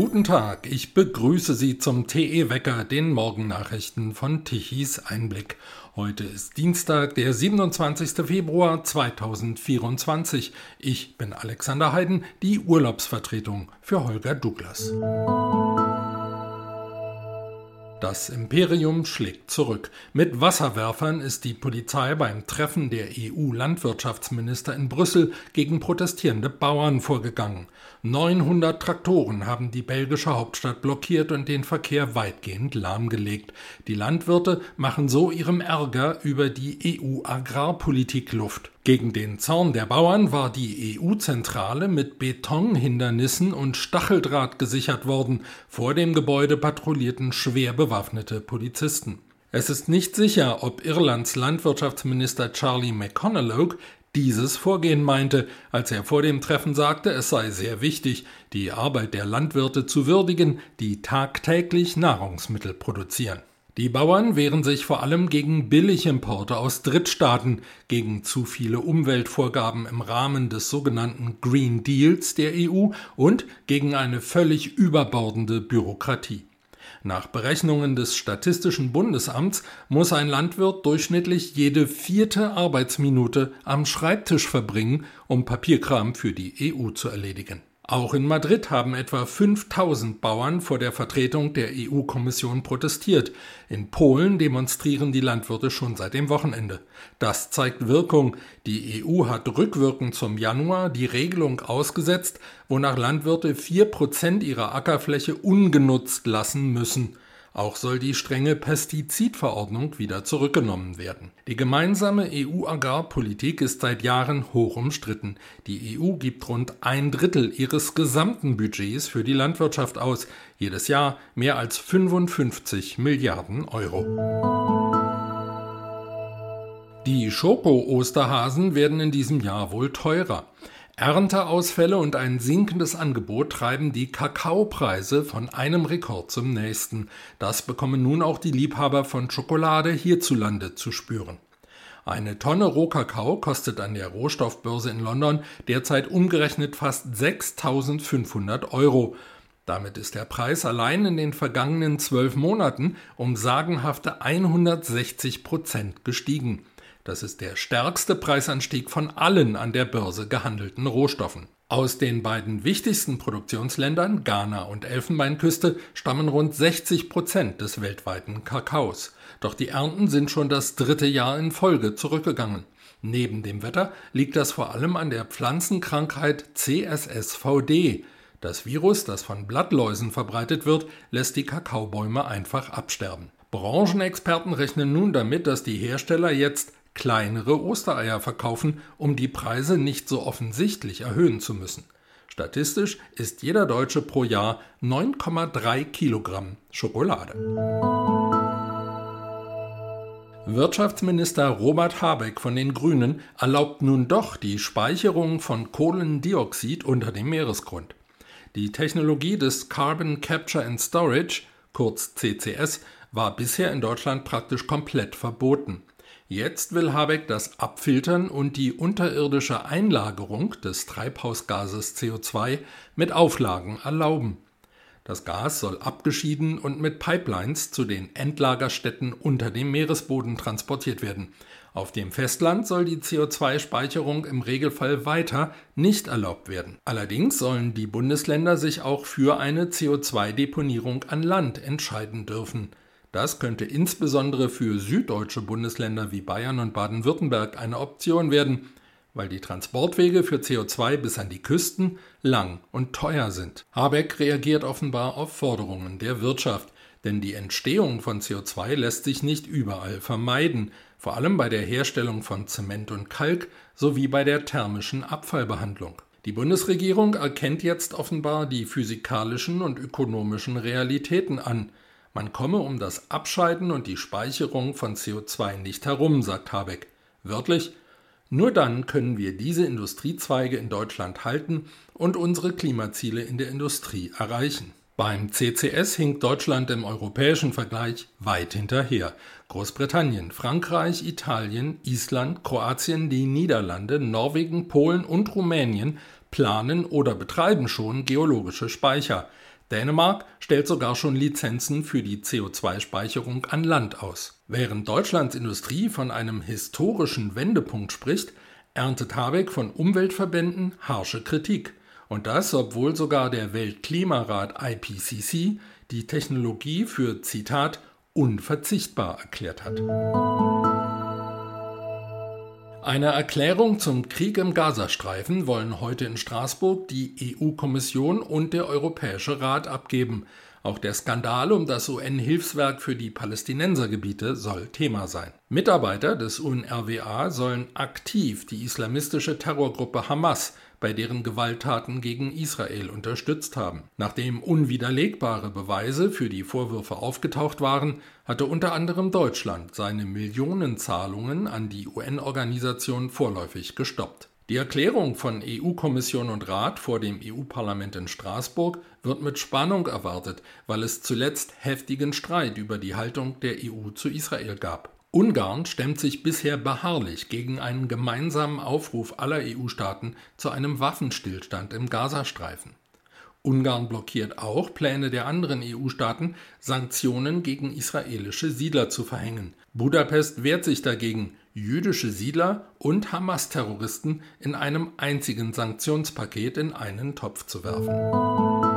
Guten Tag, ich begrüße Sie zum TE-Wecker, den Morgennachrichten von Tichys Einblick. Heute ist Dienstag, der 27. Februar 2024. Ich bin Alexander Heiden, die Urlaubsvertretung für Holger Douglas. Das Imperium schlägt zurück. Mit Wasserwerfern ist die Polizei beim Treffen der EU-Landwirtschaftsminister in Brüssel gegen protestierende Bauern vorgegangen. 900 Traktoren haben die belgische Hauptstadt blockiert und den Verkehr weitgehend lahmgelegt. Die Landwirte machen so ihrem Ärger über die EU-Agrarpolitik Luft. Gegen den Zorn der Bauern war die EU-Zentrale mit Betonhindernissen und Stacheldraht gesichert worden. Vor dem Gebäude patrouillierten schwer bewaffnete Polizisten. Es ist nicht sicher, ob Irlands Landwirtschaftsminister Charlie McConalogue dieses Vorgehen meinte, als er vor dem Treffen sagte, es sei sehr wichtig, die Arbeit der Landwirte zu würdigen, die tagtäglich Nahrungsmittel produzieren. Die Bauern wehren sich vor allem gegen Billigimporte aus Drittstaaten, gegen zu viele Umweltvorgaben im Rahmen des sogenannten Green Deals der EU und gegen eine völlig überbordende Bürokratie. Nach Berechnungen des Statistischen Bundesamts muss ein Landwirt durchschnittlich jede 4. Arbeitsminute am Schreibtisch verbringen, um Papierkram für die EU zu erledigen. Auch in Madrid haben etwa 5000 Bauern vor der Vertretung der EU-Kommission protestiert. In Polen demonstrieren die Landwirte schon seit dem Wochenende. Das zeigt Wirkung. Die EU hat rückwirkend zum Januar die Regelung ausgesetzt, wonach Landwirte 4% ihrer Ackerfläche ungenutzt lassen müssen. Auch soll die strenge Pestizidverordnung wieder zurückgenommen werden. Die gemeinsame EU-Agrarpolitik ist seit Jahren hoch umstritten. Die EU gibt rund 1/3 ihres gesamten Budgets für die Landwirtschaft aus. Jedes Jahr mehr als 55 Milliarden Euro. Die Schoko-Osterhasen werden in diesem Jahr wohl teurer. Ernteausfälle und ein sinkendes Angebot treiben die Kakaopreise von einem Rekord zum nächsten. Das bekommen nun auch die Liebhaber von Schokolade hierzulande zu spüren. Eine Tonne Rohkakao kostet an der Rohstoffbörse in London derzeit umgerechnet fast 6.500 Euro. Damit ist der Preis allein in den vergangenen 12 Monaten um sagenhafte 160% gestiegen. Das ist der stärkste Preisanstieg von allen an der Börse gehandelten Rohstoffen. Aus den beiden wichtigsten Produktionsländern, Ghana und Elfenbeinküste, stammen rund 60% des weltweiten Kakaos. Doch die Ernten sind schon das 3. Jahr in Folge zurückgegangen. Neben dem Wetter liegt das vor allem an der Pflanzenkrankheit CSSVD. Das Virus, das von Blattläusen verbreitet wird, lässt die Kakaobäume einfach absterben. Branchenexperten rechnen nun damit, dass die Hersteller jetzt kleinere Ostereier verkaufen, um die Preise nicht so offensichtlich erhöhen zu müssen. Statistisch isst jeder Deutsche pro Jahr 9,3 Kilogramm Schokolade. Wirtschaftsminister Robert Habeck von den Grünen erlaubt nun doch die Speicherung von Kohlendioxid unter dem Meeresgrund. Die Technologie des Carbon Capture and Storage, kurz CCS, war bisher in Deutschland praktisch komplett verboten. Jetzt will Habeck das Abfiltern und die unterirdische Einlagerung des Treibhausgases CO2 mit Auflagen erlauben. Das Gas soll abgeschieden und mit Pipelines zu den Endlagerstätten unter dem Meeresboden transportiert werden. Auf dem Festland soll die CO2-Speicherung im Regelfall weiter nicht erlaubt werden. Allerdings sollen die Bundesländer sich auch für eine CO2-Deponierung an Land entscheiden dürfen. Das könnte insbesondere für süddeutsche Bundesländer wie Bayern und Baden-Württemberg eine Option werden, weil die Transportwege für CO2 bis an die Küsten lang und teuer sind. Habeck reagiert offenbar auf Forderungen der Wirtschaft, denn die Entstehung von CO2 lässt sich nicht überall vermeiden, vor allem bei der Herstellung von Zement und Kalk sowie bei der thermischen Abfallbehandlung. Die Bundesregierung erkennt jetzt offenbar die physikalischen und ökonomischen Realitäten an. Man komme um das Abscheiden und die Speicherung von CO2 nicht herum, sagt Habeck. Wörtlich: Nur dann können wir diese Industriezweige in Deutschland halten und unsere Klimaziele in der Industrie erreichen. Beim CCS hinkt Deutschland im europäischen Vergleich weit hinterher. Großbritannien, Frankreich, Italien, Island, Kroatien, die Niederlande, Norwegen, Polen und Rumänien planen oder betreiben schon geologische Speicher. Dänemark stellt sogar schon Lizenzen für die CO2-Speicherung an Land aus. Während Deutschlands Industrie von einem historischen Wendepunkt spricht, erntet Habeck von Umweltverbänden harsche Kritik. Und das, obwohl sogar der Weltklimarat IPCC die Technologie für, Zitat, unverzichtbar erklärt hat. Eine Erklärung zum Krieg im Gazastreifen wollen heute in Straßburg die EU-Kommission und der Europäische Rat abgeben. Auch der Skandal um das UN-Hilfswerk für die Palästinensergebiete soll Thema sein. Mitarbeiter des UNRWA sollen aktiv die islamistische Terrorgruppe Hamas bei deren Gewalttaten gegen Israel unterstützt haben. Nachdem unwiderlegbare Beweise für die Vorwürfe aufgetaucht waren, hatte unter anderem Deutschland seine Millionenzahlungen an die UN-Organisation vorläufig gestoppt. Die Erklärung von EU-Kommission und Rat vor dem EU-Parlament in Straßburg wird mit Spannung erwartet, weil es zuletzt heftigen Streit über die Haltung der EU zu Israel gab. Ungarn stemmt sich bisher beharrlich gegen einen gemeinsamen Aufruf aller EU-Staaten zu einem Waffenstillstand im Gazastreifen. Ungarn blockiert auch Pläne der anderen EU-Staaten, Sanktionen gegen israelische Siedler zu verhängen. Budapest wehrt sich dagegen, jüdische Siedler und Hamas-Terroristen in einem einzigen Sanktionspaket in einen Topf zu werfen.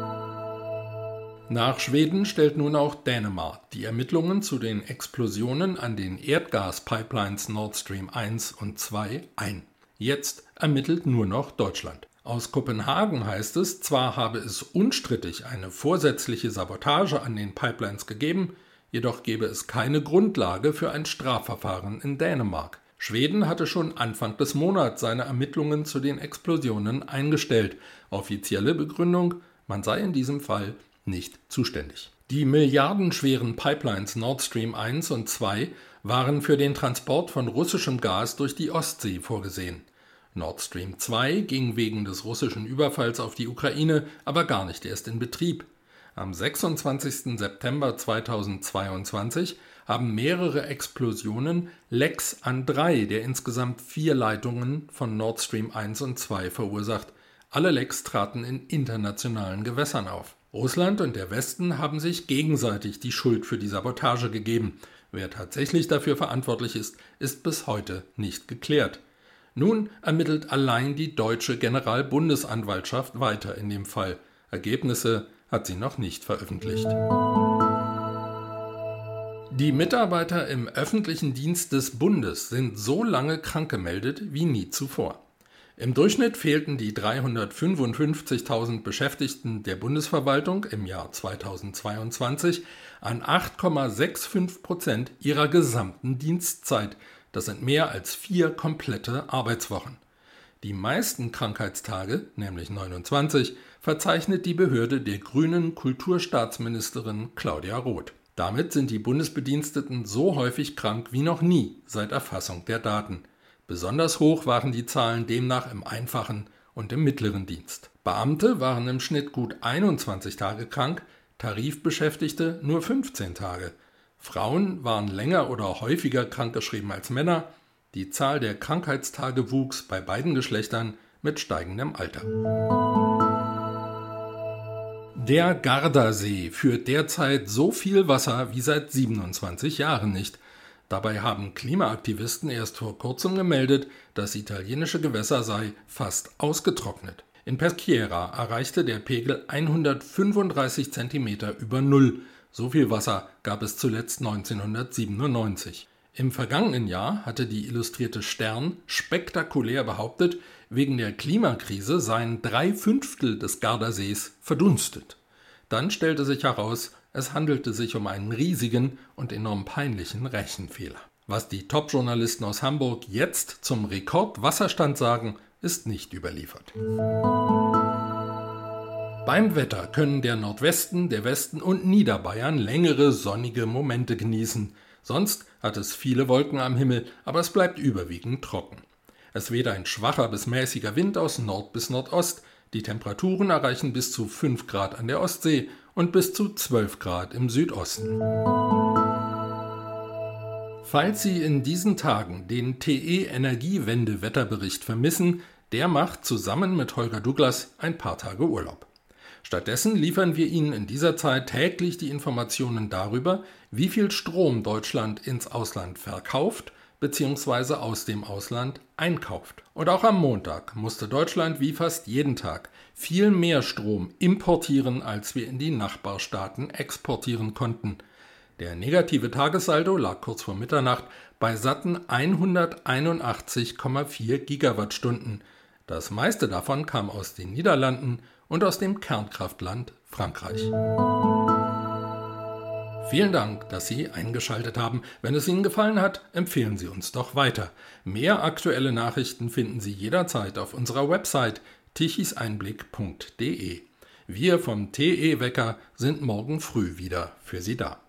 Nach Schweden stellt nun auch Dänemark die Ermittlungen zu den Explosionen an den Erdgaspipelines Nord Stream 1 und 2 ein. Jetzt ermittelt nur noch Deutschland. Aus Kopenhagen heißt es, zwar habe es unstrittig eine vorsätzliche Sabotage an den Pipelines gegeben, jedoch gebe es keine Grundlage für ein Strafverfahren in Dänemark. Schweden hatte schon Anfang des Monats seine Ermittlungen zu den Explosionen eingestellt. Offizielle Begründung, man sei in diesem Fall nicht zuständig. Die milliardenschweren Pipelines Nord Stream 1 und 2 waren für den Transport von russischem Gas durch die Ostsee vorgesehen. Nord Stream 2 ging wegen des russischen Überfalls auf die Ukraine aber gar nicht erst in Betrieb. Am 26. September 2022 haben mehrere Explosionen Lecks an 3 der insgesamt 4 Leitungen von Nord Stream 1 und 2 verursacht. Alle Lecks traten in internationalen Gewässern auf. Russland und der Westen haben sich gegenseitig die Schuld für die Sabotage gegeben. Wer tatsächlich dafür verantwortlich ist, ist bis heute nicht geklärt. Nun ermittelt allein die deutsche Generalbundesanwaltschaft weiter in dem Fall. Ergebnisse hat sie noch nicht veröffentlicht. Die Mitarbeiter im öffentlichen Dienst des Bundes sind so lange krankgemeldet wie nie zuvor. Im Durchschnitt fehlten die 355.000 Beschäftigten der Bundesverwaltung im Jahr 2022 an 8,65% ihrer gesamten Dienstzeit. Das sind mehr als 4 komplette Arbeitswochen. Die meisten Krankheitstage, nämlich 29, verzeichnet die Behörde der grünen Kulturstaatsministerin Claudia Roth. Damit sind die Bundesbediensteten so häufig krank wie noch nie seit Erfassung der Daten. Besonders hoch waren die Zahlen demnach im einfachen und im mittleren Dienst. Beamte waren im Schnitt gut 21 Tage krank, Tarifbeschäftigte nur 15 Tage. Frauen waren länger oder häufiger krankgeschrieben als Männer. Die Zahl der Krankheitstage wuchs bei beiden Geschlechtern mit steigendem Alter. Der Gardasee führt derzeit so viel Wasser wie seit 27 Jahren nicht. Dabei haben Klimaaktivisten erst vor kurzem gemeldet, das italienische Gewässer sei fast ausgetrocknet. In Peschiera erreichte der Pegel 135 cm über Null. So viel Wasser gab es zuletzt 1997. Im vergangenen Jahr hatte die Illustrierte Stern spektakulär behauptet, wegen der Klimakrise seien 3/5 des Gardasees verdunstet. Dann stellte sich heraus, es handelte sich um einen riesigen und enorm peinlichen Rechenfehler. Was die Top-Journalisten aus Hamburg jetzt zum Rekordwasserstand sagen, ist nicht überliefert. Beim Wetter können der Nordwesten, der Westen und Niederbayern längere sonnige Momente genießen. Sonst hat es viele Wolken am Himmel, aber es bleibt überwiegend trocken. Es weht ein schwacher bis mäßiger Wind aus Nord bis Nordost. Die Temperaturen erreichen bis zu 5 Grad an der Ostsee und bis zu 12 Grad im Südosten. Falls Sie in diesen Tagen den TE Energiewende-Wetterbericht vermissen, der macht zusammen mit Holger Douglas ein paar Tage Urlaub. Stattdessen liefern wir Ihnen in dieser Zeit täglich die Informationen darüber, wie viel Strom Deutschland ins Ausland verkauft bzw. aus dem Ausland einkauft. Und auch am Montag musste Deutschland wie fast jeden Tag viel mehr Strom importieren, als wir in die Nachbarstaaten exportieren konnten. Der negative Tagessaldo lag kurz vor Mitternacht bei satten 181,4 Gigawattstunden. Das meiste davon kam aus den Niederlanden und aus dem Kernkraftland Frankreich. Vielen Dank, dass Sie eingeschaltet haben. Wenn es Ihnen gefallen hat, empfehlen Sie uns doch weiter. Mehr aktuelle Nachrichten finden Sie jederzeit auf unserer Website tichiseinblick.de. Wir vom TE Wecker sind morgen früh wieder für Sie da.